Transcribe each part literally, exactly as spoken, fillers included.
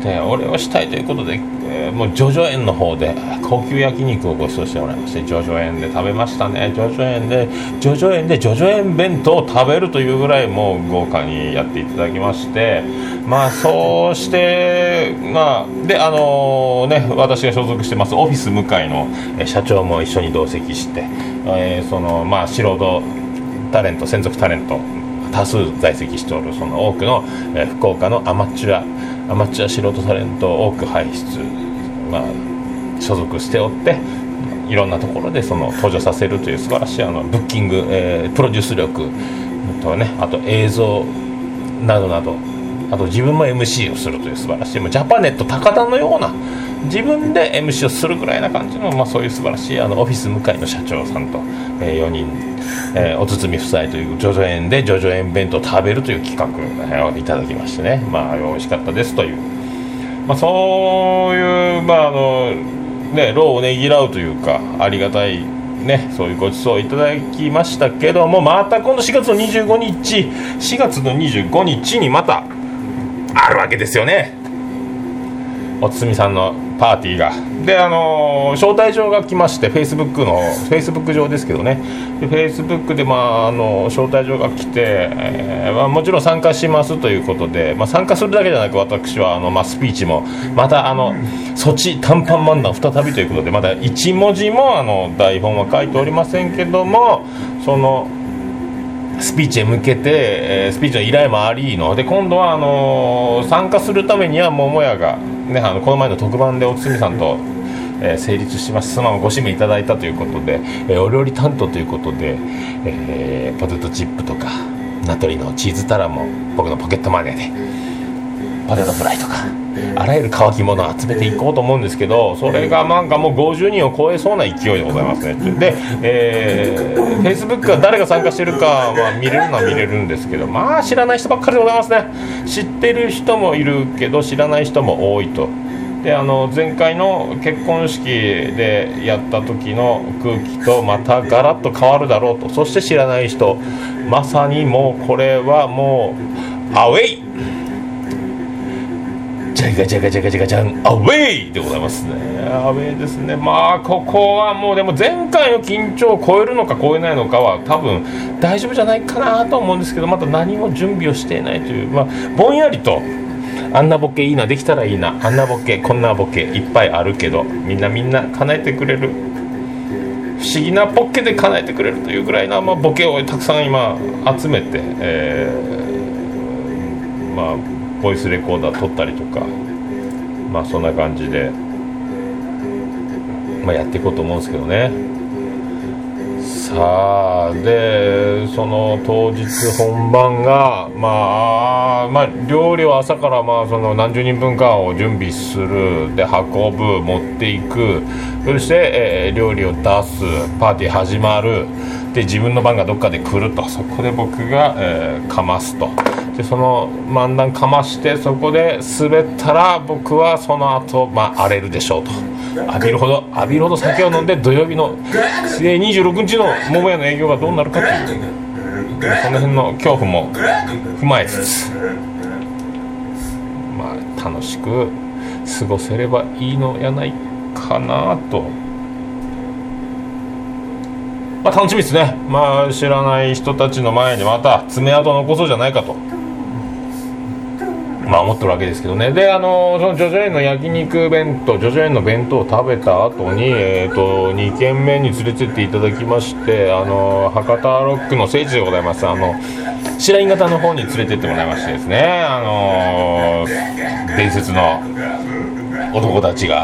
してお礼をしたいということで、えー、もうジョジョ園の方で高級焼肉をご馳走してもらいまして、ジョジョ園で食べましたね。ジョジョ園でジョジョ園でジョジョ園弁当を食べるというぐらいもう豪華にやっていただきまして、まあそうしてまあであのー、ね私が所属してますオフィス向かいの社長も一緒に同席して、えー、そのまあ素人タレント専属タレント多数在籍しておるその多くの、えー、福岡のアマチュアアマチュア素人タレントを多く輩出、まあ、所属しておっていろんなところでその登場させるという素晴らしいあのブッキング、えー、プロデュース力と、ね、あと映像などなど、あと自分も エムシー をするという素晴らしいもうジャパネット高田のような自分で エムシー をするぐらいな感じの、まあ、そういう素晴らしいあのオフィス向かいの社長さんと、えー、よにん、えー、お包み夫妻というジョジョ園でジョジョ園弁当を食べるという企画、えー、をいただきましてね、まあ美味しかったですという、まあ、そういうまああのね労をねぎらうというかありがたいね、そういうご馳走いただきましたけども、また今度しがつのにじゅうごにちしがつのにじゅうごにちにまたあるわけですよね、おつみさんのパーティーが。であのー、招待状が来まして、フェイスブックのフェイスブック上ですけどね、でフェイスブックで、まあ、あの招待状が来て、えーまあ、もちろん参加しますということで、まあ、参加するだけじゃなく私はあの、まあ、スピーチもまたあのソチ短パン漫談再びということで、まだいち文字もあの台本は書いておりませんけども、そのスピーチへ向けて、えー、スピーチの依頼もありので、今度はあのー、参加するためには桃屋が、ね、あのこの前の特番でおつみさんと、えー、成立します。そのままご指名いただいたということで、えー、お料理担当ということで、えー、ポテトチップとかナトリのチーズタラも僕のポケットマネーでポテトフライとかあらゆる乾き物を集めていこうと思うんですけど、それがなんかもうごじゅうにんを超えそうな勢いでございますね。で、えー、Facebook が誰が参加してるかは見れるのは見れるんですけど、まあ知らない人ばっかりでございますね。知ってる人もいるけど知らない人も多いと。であの前回の結婚式でやった時の空気とまたガラッと変わるだろうと。そして知らない人、まさにもうこれはもうアウェイジャガジャガジャガジャガジャンアウェイでございますね。アウェイですね。まあここはもうでも前回の緊張を超えるのか超えないのかは多分大丈夫じゃないかなと思うんですけど、まだ何も準備をしていないという、まあぼんやりとあんなボケいいな、できたらいいな、あんなボケこんなボケいっぱいあるけどみんなみんな叶えてくれる、不思議なポッケで叶えてくれるというぐらいな、まあ、ボケをたくさん今集めて、えー、まあボイスレコーダー撮ったりとか、まあそんな感じで、まあ、やっていこうと思うんですけどね。さあでその当日本番が、まあ、まあ料理は朝からまあその何十人分かを準備する、で運ぶ、持っていく、そして、えー、料理を出す、パーティー始まる、で自分の番がどっかで来ると、そこで僕が、えー、かますと。でその漫談かましてそこで滑ったら僕はその後、まあ荒れるでしょうと、浴びるほど浴びるほど酒を飲んで土曜日のにじゅうろくにちの桃屋の営業がどうなるかという、その辺の恐怖も踏まえつつ、まあ楽しく過ごせればいいのやないかなと。まあ楽しみですね。まあ知らない人たちの前にまた爪痕を残そうじゃないかと、まあ思ってるわけですけどね。であのそのジョジョ園の焼肉弁当、ジョジョ園の弁当を食べた後に、えー、とにけんめに連れてっていただきまして、あの博多ロックの聖地でございますあの白井型の方に連れてってもらいましてですね、あの伝説の男たちが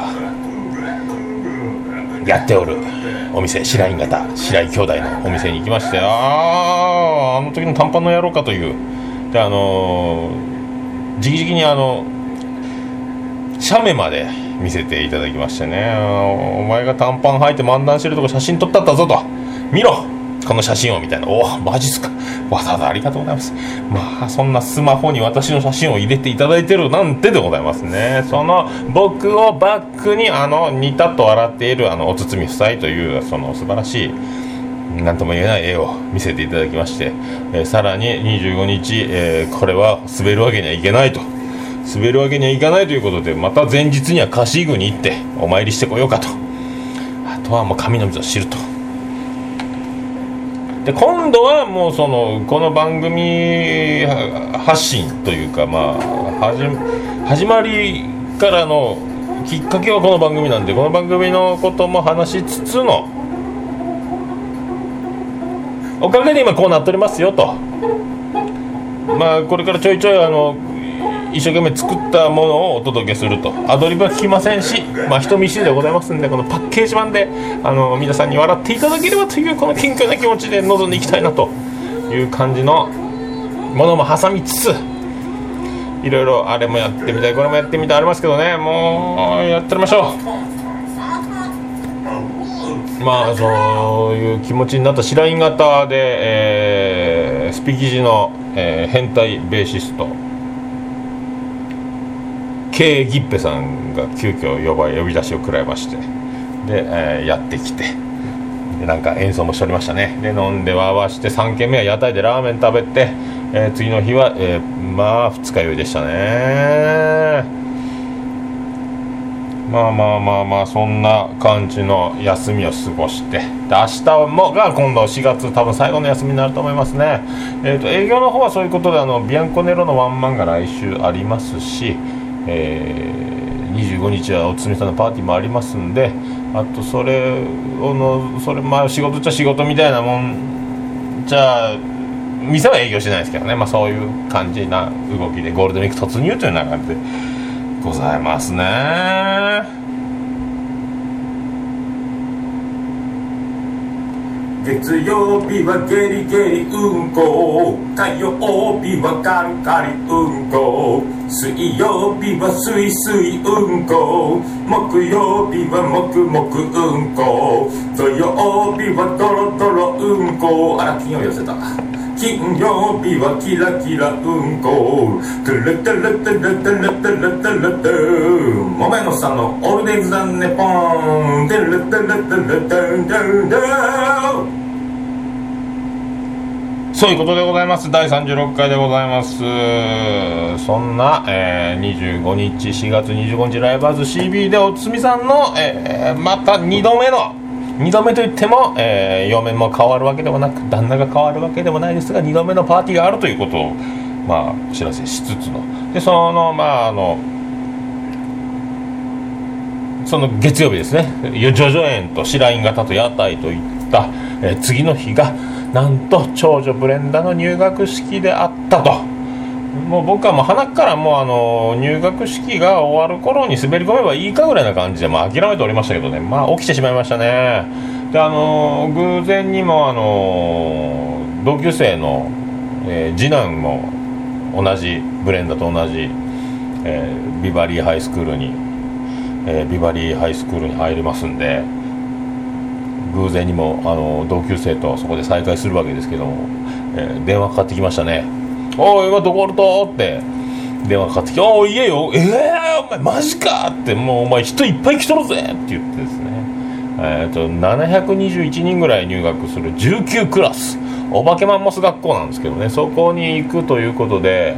やっておるお店、白井型白井兄弟のお店に行きまして、あああの時の短パンの野郎かという、であのーじきじきにあの写メまで見せていただきましてね、お前が短パン履いて漫談してるとこ写真撮ったったぞと、見ろこの写真をみたいな、おおマジっすか、わざわざありがとうございます。まあそんなスマホに私の写真を入れていただいてるなんてでございますね。その僕をバックにあのニタッと笑っているあのお包み夫妻というその素晴らしいなんとも言えない絵を見せていただきまして、えー、さらににじゅうごにち、えー、これは滑るわけにはいけないと、 滑るわけにはいかないということで、また前日にはカシー宮に行ってお参りしてこようかと。あとはもう神の水を知ると。で今度はもうそのこの番組発信というか、まあ始始まりからのきっかけはこの番組なんで、この番組のことも話しつつのおかげで今こうなっておりますよと。まあこれからちょいちょいあの一生懸命作ったものをお届けすると。アドリブは聞きませんし、まあ人見知りでございますんで、このパッケージ版であの皆さんに笑っていただければというこの謙虚な気持ちで臨んでいきたいなという感じのものも挟みつつ、いろいろあれもやってみたいこれもやってみたいありますけどね、もうやってみましょう。まあそういう気持ちになった白銀型で、えー、スピキジの、えー、変態ベーシストKギッペさんが急遽呼ば呼び出しを食らいまして、で、えー、やってきて、でなんか演奏もしておりましたね。で飲んでわーわーしてさん軒目は屋台でラーメン食べて、えー、次の日は、えー、まあ二日酔いでしたね。まあまあまあまあそんな感じの休みを過ごして、で明日もが今度しがつ多分最後の休みになると思いますね。えーと営業の方はそういうことで、あのビアンコネロのワンマンが来週ありますし、えー、にじゅうごにちはおつみさんのパーティーもありますんで、あとそれをのそれまあ仕事っちゃ仕事みたいなもんじゃあ店は営業してないですけどね、まあそういう感じな動きでゴールデンウィーク突入というような感じでございますね。 月曜日はゲリゲリうんこ、火曜日はカリカリうんこ、水曜日はスイスイうんこ、木曜日はもくもくうんこ、土曜日はドロドロうんこ、あら金曜日寄せた、金曜日はキラキラうんこ、トゥルトゥルトゥルトゥルトゥルトゥルトゥ、もめのさんのオールデイズ・ザ・ネポン、トゥルトゥルトゥルトゥルトゥルトゥ。 そういうことでございます。だいさんじゅうろっかいでございます。そんな、えー、にじゅうごにちしがつにじゅうごにちライブハウス シービー でおつみさんの、えー、またにどめのにどめといっても、えー、嫁も変わるわけでもなく旦那が変わるわけでもないですが、にどめのパーティーがあるということを、まあ、お知らせしつつので、そのまああのその月曜日ですね、ジョジョ園と白銀型と屋台といった、えー、次の日がなんと長女ブレンダの入学式であったと。もう僕はもう鼻からもうあの入学式が終わる頃に滑り込めばいいかぐらいな感じで、まあ、諦めておりましたけどね、まあ起きてしまいましたね。であの偶然にもあの同級生の、えー、次男も同じブレンダと同じ、えー、ビバリーハイスクールに、えー、ビバリーハイスクールに入りますんで、偶然にもあの同級生とそこで再会するわけですけども、えー、電話かかってきましたね。おい今どこおるとって電話かかってきて、おい家よ、えー、お前マジかって、もうお前人いっぱい来とるぜって言ってですね、えー、とななひゃくにじゅういちにんぐらい入学するじゅうきゅうクラスお化けマンモス学校なんですけどね、そこに行くということで、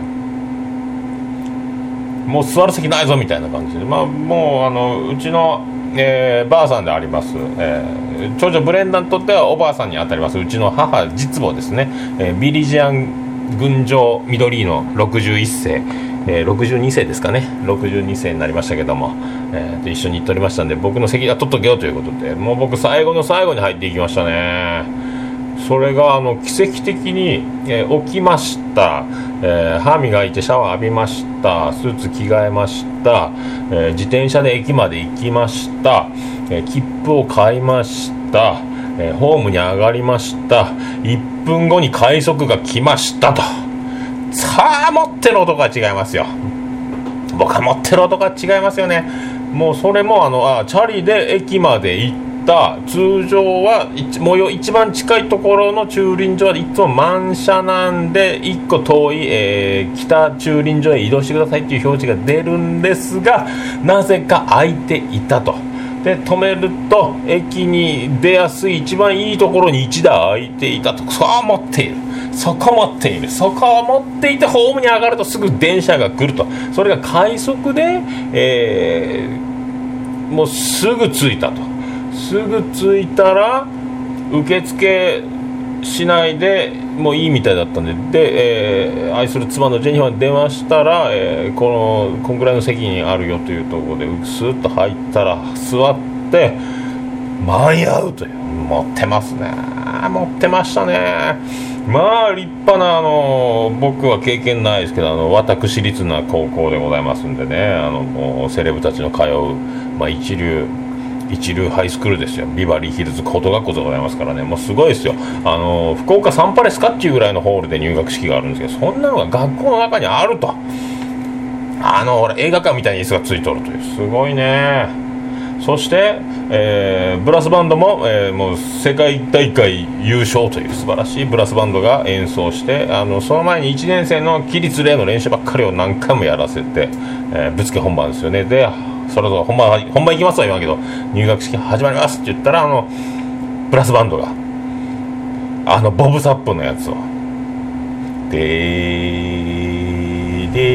もう座る席ないぞみたいな感じで、まあもうあのうちのえー、ばあさんであります、えー、長女ブレンダにとってはおばあさんにあたりますうちの母実母ですね、えー、ビリジアン群青緑のろくじゅういっせい、えー、ろくじゅうにせいですかね、ろくじゅうにせいになりましたけども、えー、と一緒に行っておりましたんで、僕の席が取っとけよということで、もう僕最後の最後に入っていきましたね。それがあの奇跡的に、えー、起きました、えー、歯磨いてシャワー浴びました、スーツ着替えました、えー、自転車で駅まで行きました、えー、切符を買いました、えー、ホームに上がりました、いっぷんごに快速が来ましたと。さあ持ってる音が違いますよ。僕は持ってる音が違いますよね。もうそれもあのあチャリで駅まで行って、通常はもう一番近いところの駐輪場はいつも満車なんでいっこ遠い、えー、北駐輪場へ移動してくださいっていう表示が出るんですが、なぜか空いていたと。で止めると駅に出やすい一番いいところにいちだい空いていたと。さあ持っているそこ持っている、そこを持っていてホームに上がるとすぐ電車が来ると、それが快速で、えー、もうすぐ着いたと、すぐ着いたら受付しないでもういいみたいだったんで、で、えー、愛する妻のジェニファーに電話したら、えー、このこんぐらいの席にあるよというところでスーッと入ったら座って間に合うという、持ってますね、持ってましたね。まあ立派な、あの僕は経験ないですけど、あの私立な高校でございますんでね、あのもうセレブたちの通う、まあ、一流一流ハイスクールですよ。ビバリーヒルズ高等学校でございますからね、もうすごいですよ。あの福岡サンパレスかっていうぐらいのホールで入学式があるんですけど、そんなのが学校の中にあると、あのほら映画館みたいに椅子がついとるという、すごいね。そして、えー、ブラスバンドも、えー、もう世界大会優勝という素晴らしいブラスバンドが演奏して、あのその前にいちねん生の起立礼の練習ばっかりを何回もやらせて、えー、ぶつけ本番ですよね。でそれぞれ本番本番行きますわ言わんけど、入学式始まりますって言ったら、あのブラスバンドがあのボブサップのやつをでーで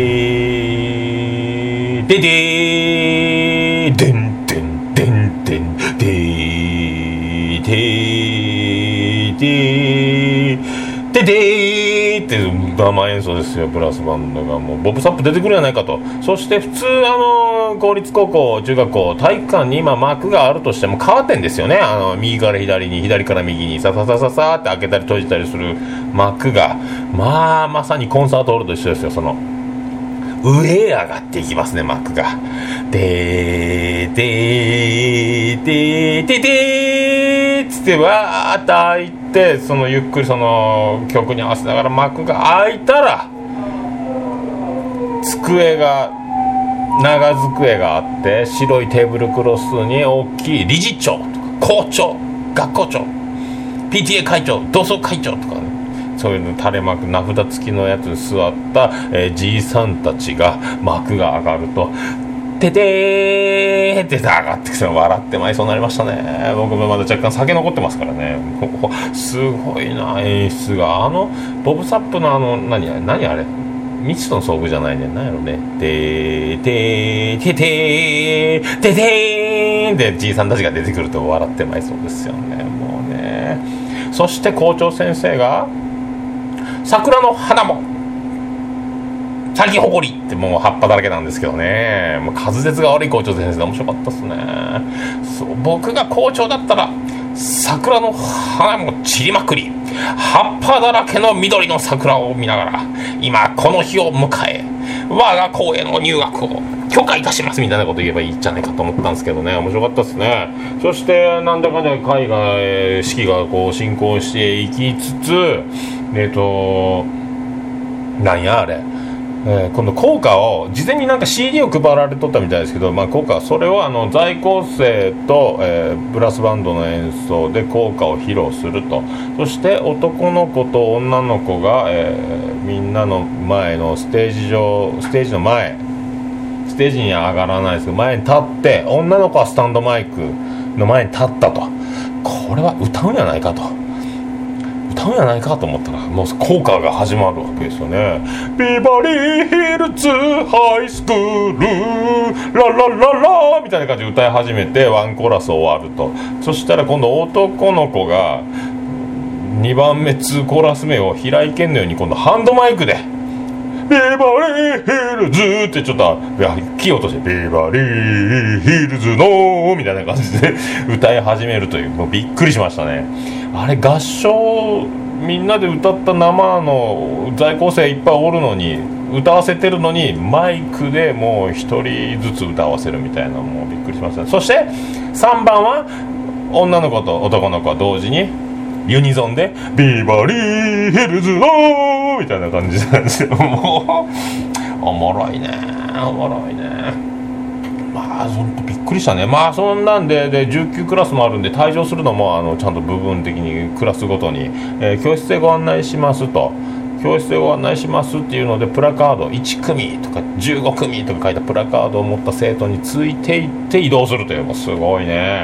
ーででーでんでんでんでんでーでーでーででーって生演奏ですよ、ブラスバンドが。もうボブサップ出てくるじゃないかと。そして普通あの公立高校中学校体育館に今幕があるとしてもカーテンですよね。あの右から左に左から右にさささささって開けたり閉じたりする幕が、まあまさにコンサートホールと一緒ですよ。その上へ上がっていきますね、幕が。でーでーでーでーでーつってわーって開いて、そのゆっくりその曲に合わせながら幕が開いたら、机が長机があって白いテーブルクロスに大きい理事長とか校長、学校長、 ピーティーエー 会長、同窓会長とかね、そういうの垂れ幕名札付きのやつに座った、えー、じいさんたちが幕が上がるとててーって上がってきて笑ってまいそうになりましたね。僕もまだ若干酒残ってますからね。すごいな演出が。あのボブサップのあの何何あれ未知との遭遇じゃないね、何やろね、てーてーてーてーてーてーでじいさんたちが出てくると笑ってまいそうですよね、もうね。そして校長先生が桜の花も咲き誇りってもう葉っぱだらけなんですけどね、もう滑舌が悪い校長先生で面白かったっすね。そう僕が校長だったら桜の花も散りまくり葉っぱだらけの緑の桜を見ながら、今この日を迎え我が校への入学を許可いたしますみたいなこと言えばいいんじゃないかと思ったんですけどね、面白かったですね。そしてなんだかんだ会が、えー、式がこう進行していきつつ、えっとなんやあれ、えー、今度校歌を事前になんか シーディー を配られとったみたいですけど、まあ、校歌それをあの在校生と、えー、ブラスバンドの演奏で校歌を披露すると。そして男の子と女の子が、えー、みんなの前のステージ上ステージの前ステージには上がらないですけど前に立って、女の子はスタンドマイクの前に立ったと。これは歌うんじゃないかと歌うんじゃないかと思ったら、もう校歌が始まるわけですよね。ビバリーヒルズハイスクールララララみたいな感じで歌い始めてワンコーラス終わると。そしたら今度男の子がにばんめツーコーラス目を平井堅のように今度ハンドマイクでビバリーヒルズってちょっとキー落としてビバリーヒルズのみたいな感じで歌い始めるという、もうびっくりしましたね。あれ合唱みんなで歌った生の在校生いっぱいおるのに歌わせてるのにマイクでもう一人ずつ歌わせるみたいな、もうびっくりしましたね。そしてさんばんは女の子と男の子は同時にユニゾンでビバリーヒルズのみたいな感じなんですよ。もうおもろいねおもろいね。まあほんとびっくりしたね。まあそんなんで、でじゅうきゅうクラスもあるんで退場するのもあのちゃんと部分的にクラスごとに、えー、教室でご案内しますと教室でご案内しますっていうのでプラカードいち組とかじゅうご組とか書いたプラカードを持った生徒についていって移動するという、もうすごいね。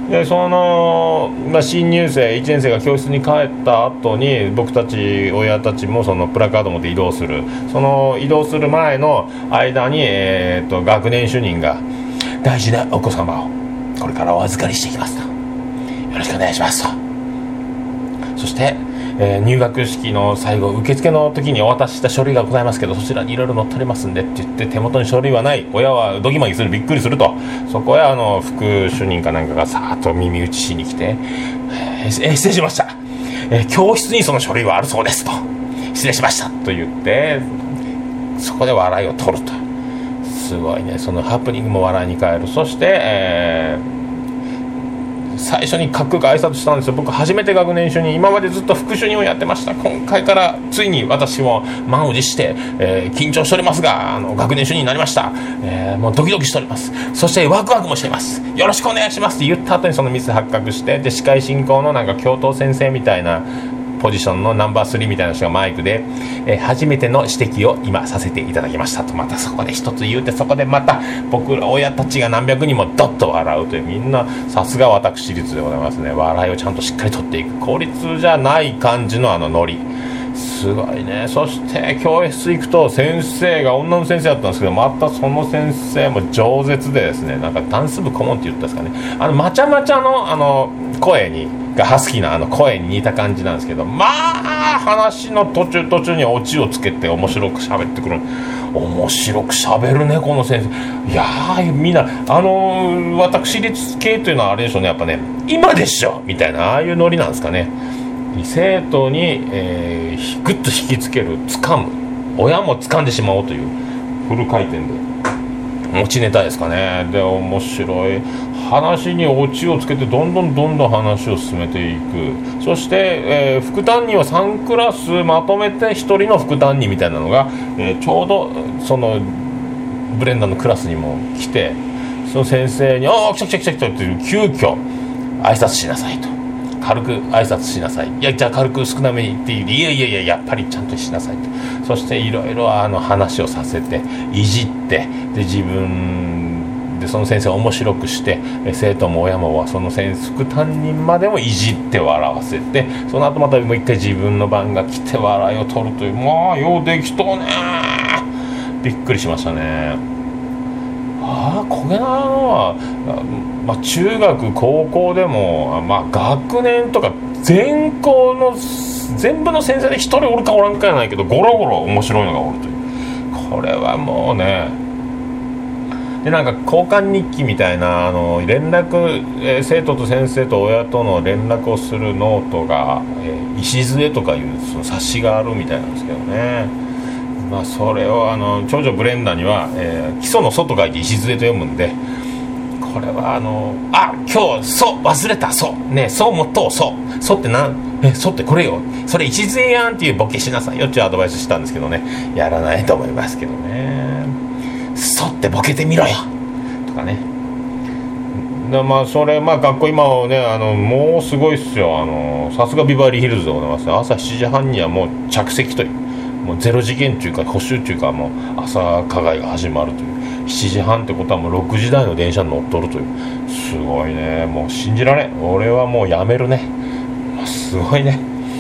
でその、まあ、新入生いちねん生が教室に帰った後に僕たち親たちもそのプラカードを持って移動する。その移動する前の間に、えー、と学年主任が大事なお子様をこれからお預かりしていきますと、よろしくお願いしますと。そして、えー、入学式の最後受付の時にお渡しした書類がございますけど、そちらにいろいろ載っておりますんでって言って、手元に書類はない。親はドギマギする、びっくりすると。そこへあの副主任かなんかがさーっと耳打ちしに来て、えー、失礼しました、えー、教室にその書類はあるそうですと、失礼しましたと言って、そこで笑いを取ると。すごいね、そのハプニングも笑いに変える。そして、えー最初にかっこよく挨拶したんですよ。僕初めて学年主任、今までずっと副主任をやってました。今回からついに私も満を持して、えー、緊張しておりますが、あの学年主任になりました、えー、もうドキドキしております。そしてワクワクもしています。よろしくお願いしますって言った後にそのミス発覚して、で司会進行のなんか教頭先生みたいなポジションのナンバースリーみたいな人がマイクで、えー、初めての指摘を今させていただきましたと、またそこで一つ言うて、そこでまた僕ら親たちが何百人もドッと笑うという、みんなさすが私立でございますね。笑いをちゃんとしっかり取っていく、公立じゃない感じのあのノリ、すごいね。そして教室行くと先生が女の先生だったんですけど、またその先生も饒舌でですね、なんかダンス部顧問って言ったんですかね、あのまちゃまちゃのあの声にがハスキーなあの声に似た感じなんですけど、まあ話の途中途中にオチをつけて面白く喋ってくる。面白く喋るねこの先生。いやーみんなあのー、私立系というのはあれでしょうね、やっぱね、今でしょみたいなああいうノリなんですかね。生徒に、えー、グッと引きつける、掴む、親も掴んでしまおうというフル回転で持ちネタですかね。で面白い話にオチをつけてどんどんどんどん話を進めていく。そして、えー、副担任はさんクラスまとめてひとりの副担任みたいなのが、えー、ちょうどそのブレンダーのクラスにも来て、その先生に「ああ来た来た来た来た」っていう急遽挨拶しなさいと、軽く挨拶しなさい、いやじゃあ軽く少なめにって言って、いやいやいややっぱりちゃんとしなさいと。そしていろいろあの話をさせていじって、で自分でその先生を面白くして、生徒も親もその先生副担任までもいじって笑わせて、その後またもう一回自分の番が来て笑いを取るという、まあようできとね、びっくりしましたね。ああこげなのは、まあ、中学高校でも、まあ、学年とか全校の全部の先生で一人おるかおらんかやないけど、ゴロゴロ面白いのがおるという、これはもうね。でなんか交換日記みたいなあの連絡、えー、生徒と先生と親との連絡をするノートが、えー、礎とかいうその冊子があるみたいなんですけどね。まあ、それをあの長女ブレンダーには、えー、基礎の礎と書いて礎と読むんで、これはあのあ今日礎忘れた礎ね、礎もっと礎礎ってなんえ礎ってこれよ、それ礎やんっていうボケしなさいよっていうアドバイスしたんですけどね、やらないと思いますけどね。礎ってボケてみろよとかね。でまあそれまあ学校今はねあのもうすごいっすよ。あのさすがビバリーヒルズでございますね。朝しちじはんにはもう着席という、もうゼロ次元というか補習というか、もう朝課外が始まるという、しちじはんってことはもうろくじ台の電車に乗っとるという、すごいね。もう信じられん。俺はもうやめるね。すごいね。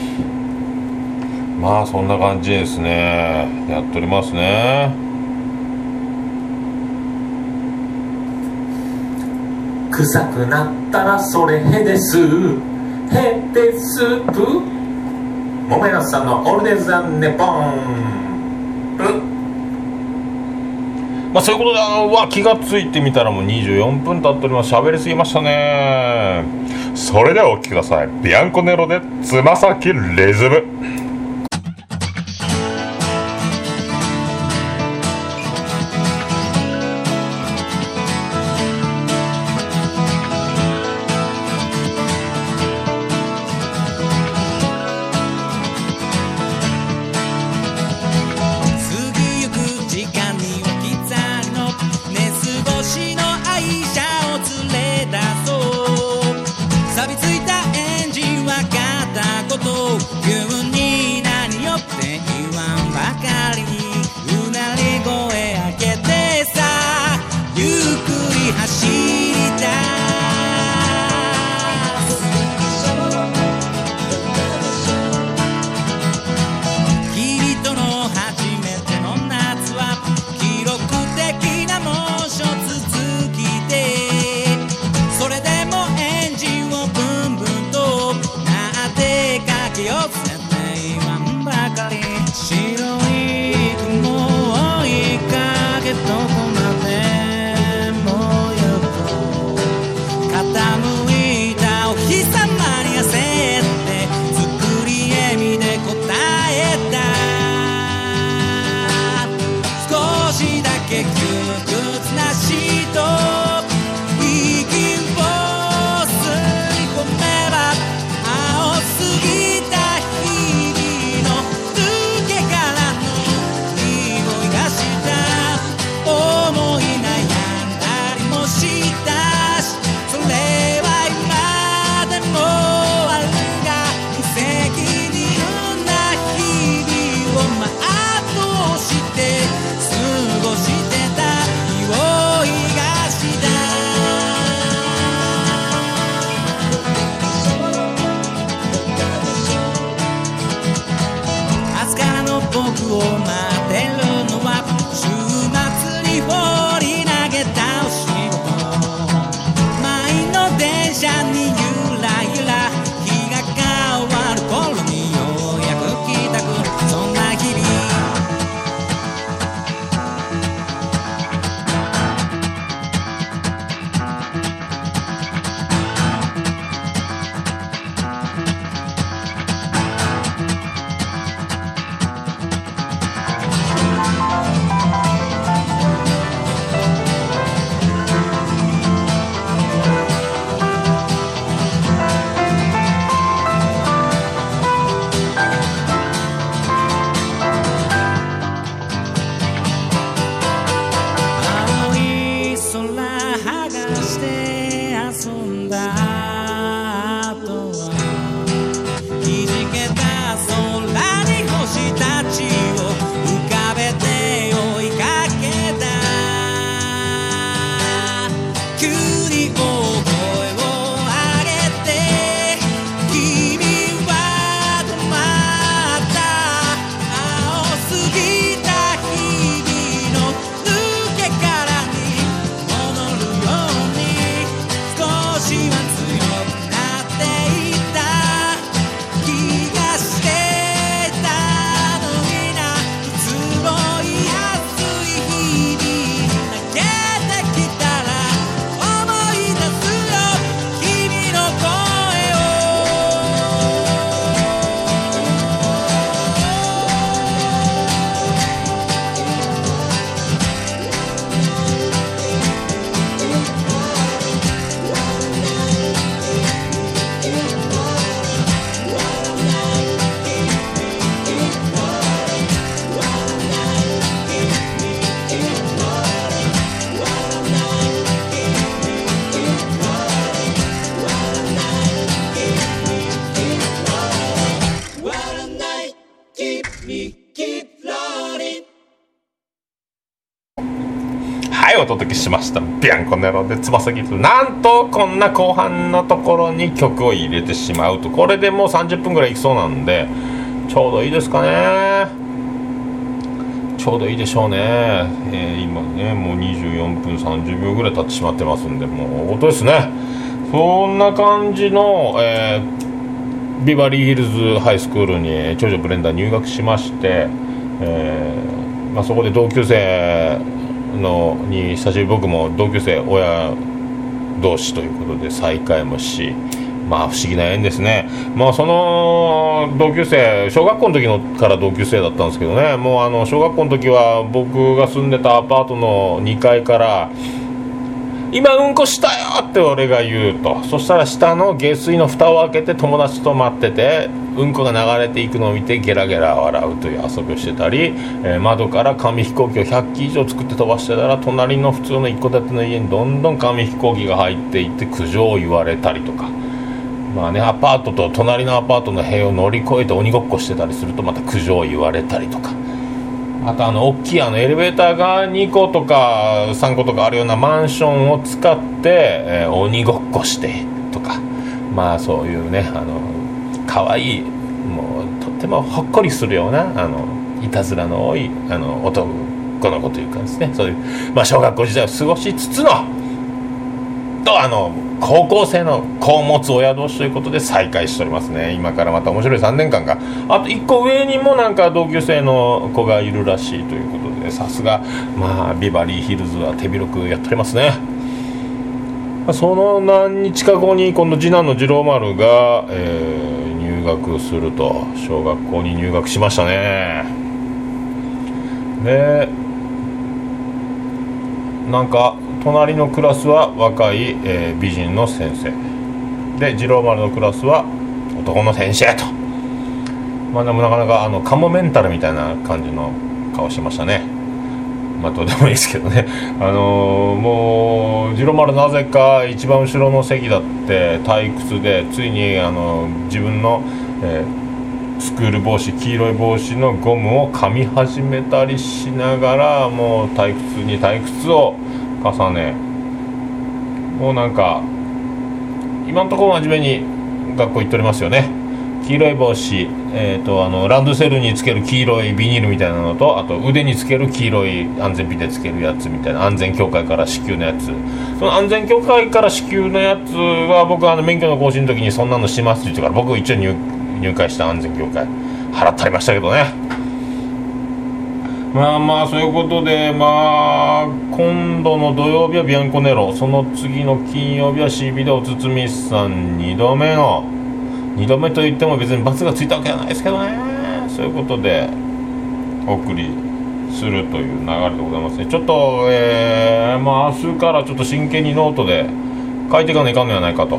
まあそんな感じですね。やっておりますね。 臭くなったらそれへです。へでスープ。桃屋さんのオールデンザンネポン。 まあそういうことで、あのわ気がついてみたらもうにじゅうよんぷん経っております。喋りすぎましたね。それではお聴きください。ビアンコネロでつま先レズム。 錆びついたエンジンは片言急にを待ってるのは週末に放り投げたお仕事前の電車にゆらゆら日が変わる頃にようやく帰宅そんな日々 お届けしました。ビャンコネロで翼ギズ。なんとこんな後半のところに曲を入れてしまうと、これでもうさんじゅっぷんぐらいいきそうなんで、ちょうどいいですかね。ちょうどいいでしょうね。えー、今ねもうにじゅうよんぷんさんじゅうびょうぐらい経ってしまってますんで、もう音ですね。そんな感じの、えー、ビバリーヒルズハイスクールに長女ブレンダー入学しまして、えーまあ、そこで同級生のに久しぶり、僕も同級生親同士ということで再会もし、まあ不思議な縁ですね。まあその同級生、小学校の時のから同級生だったんですけどね、もうあの小学校の時は僕が住んでたアパートのにかいから今うんこしたよって俺が言うと、そしたら下の下水の蓋を開けて友達と待ってて、うんこが流れていくのを見てゲラゲラ笑うという遊びをしてたり、えー、窓から紙飛行機をひゃっき以上作って飛ばしてたら、隣の普通の一戸建ての家にどんどん紙飛行機が入っていって苦情を言われたりとか、まあね、アパートと隣のアパートの塀を乗り越えて鬼ごっこしてたりするとまた苦情を言われたりとか、あとあの大きいあのエレベーターがにことかさんことかあるようなマンションを使って、えー、鬼ごっこしてとか、まあそういうね、あの可愛い、もうとってもほっこりするようなあのいたずらの多いあの男の子というかですね、そういう、まあ、小学校時代を過ごしつつのとあの高校生の子を持つ親同士ということで再会しておりますね。今からまた面白いさんねんかんが、あといっこ上にもなんか同級生の子がいるらしいということで、さすがまあビバリーヒルズは手広くやっておりますね。その何日か後に今度次男の次郎丸が、えー、入学すると、小学校に入学しましたね。でなんか隣のクラスは若い、えー、美人の先生で、次郎丸のクラスは男の先生と、まあでもなかなかあのカモメンタルみたいな感じの顔してましたね。まあどうでもいいですけどね。あのー、もう次郎丸なぜか一番後ろの席だって退屈で、ついにあの自分の、えー、スクール帽子、黄色い帽子のゴムを噛み始めたりしながら、もう退屈に退屈を重ね、もうなんか今のところ真面目に学校行っておりますよね。 黄色い帽子、えー、とあのランドセルにつける黄色いビニールみたいなのと、あと腕につける黄色い安全ピンでつけるやつみたいな、安全協会から支給のやつ、その安全協会から支給のやつは僕はあの免許の更新の時にそんなのしますって言ってから、僕一応 入, 入会した安全協会払ってありましたけどね。まあまあそういうことで、まあ今度の土曜日はビアンコネロ、その次の金曜日は シービー でおつつみさんにどめのにどめといっても別に罰がついたわけじゃないですけどね。そういうことでお送りするという流れでございますね。ちょっと、えー、まあ明日からちょっと真剣にノートで書いていかないかんのではないかと。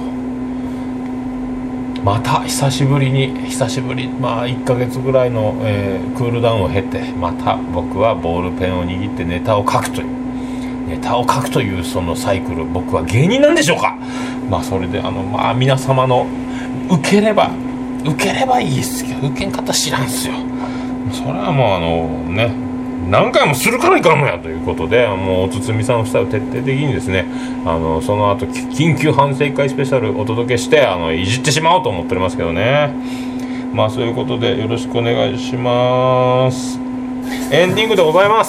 また久しぶりに久しぶりまあいっかげつぐらいの、えー、クールダウンを経て、また僕はボールペンを握ってネタを書くというネタを書くというそのサイクル。僕は芸人なんでしょうか。まあそれであのまあ皆様の受ければ受ければいいですけど、受けん方知らんすよ。それはもうあのね何回もするからいかんのやということで、もうおつつみさん夫妻を徹底的にですね、あのその後緊急反省会スペシャルお届けして、あのいじってしまおうと思っておりますけどね。まあそういうことでよろしくお願いします。エンディングでございます。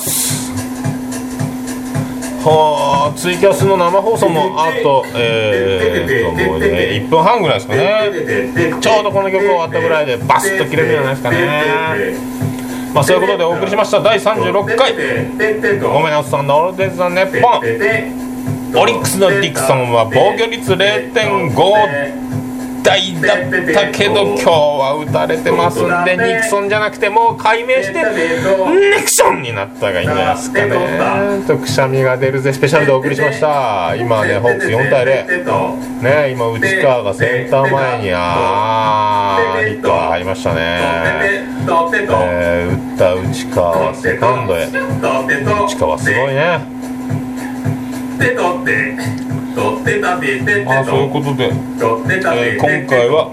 はあ、ツイキャスの生放送もあと、えー、ともうねいっぷんはんぐらいですかね。ちょうどこの曲終わったぐらいでバスッと切れるんじゃないですかね。まあそういうことでお送りしましただいさんじゅうろっかいごめんなさんのオールデイズ・ザ・ネッポン。オリックスのディクソンは防御率 れいてんご 台だったけど今日は打たれてますんで、ニクソンじゃなくてもう改名してニクソンになったがいいんじゃないですかね。とくしゃみが出るぜスペシャルでお送りしました。今ねホークスよんたいゼロね、今内川がセンター前にあーヒットが入りましたね。えー、打った内川はセカンドへ。内川すごいね。ああそういうことで、えー、今回は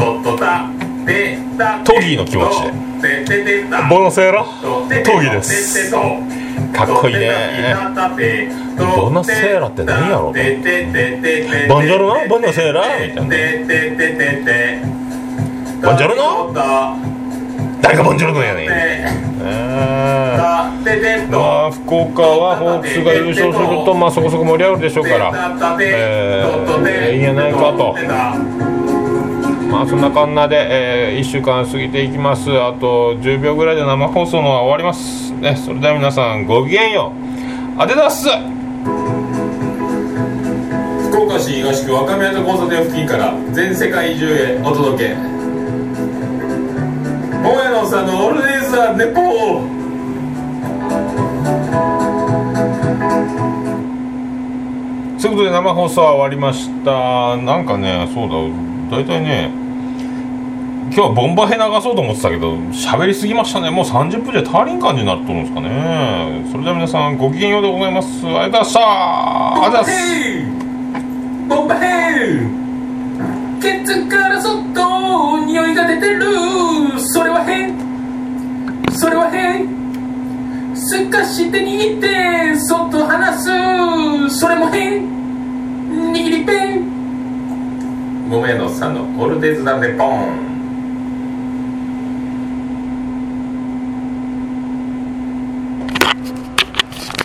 トギーの気持ちでボノセーラトギーです。かっこいいね。ボノセーラって何やろうと、ボンジョルノボノセーラみたいな。ボンジョルノ誰がボンジョルノやねん。まあ福岡はホークスが優勝すると、まあそこそこ盛り上がるでしょうから、えー、いいんじゃないかと。まあそんなこんなで、えー、いっしゅうかん過ぎていきます。あとじゅうびょうぐらいで生放送のは終わりますね。それでは皆さんごきげんよう。あてだっす。 福岡市東区若宮と交差点付近から全世界中へお届け、桃屋のおっさんのオールデイズ・ザ・ネポー。 ということで生放送は終わりました。なんかね、そうだ、大体ね今日はボンバヘ流そうと思ってたけど喋りすぎましたね。もうさんじゅっぷんじゃ足りん感じになっとるんですかね。それでは皆さんごきげんようでございます。ありがとうございました。ありがとうございます。 ボンバヘイケツからそっと匂いが出てる。それは変それは変すかして握ってそっと離す。それも変握りペン。ごめんのさんのオルデズ・ザ・ネポン。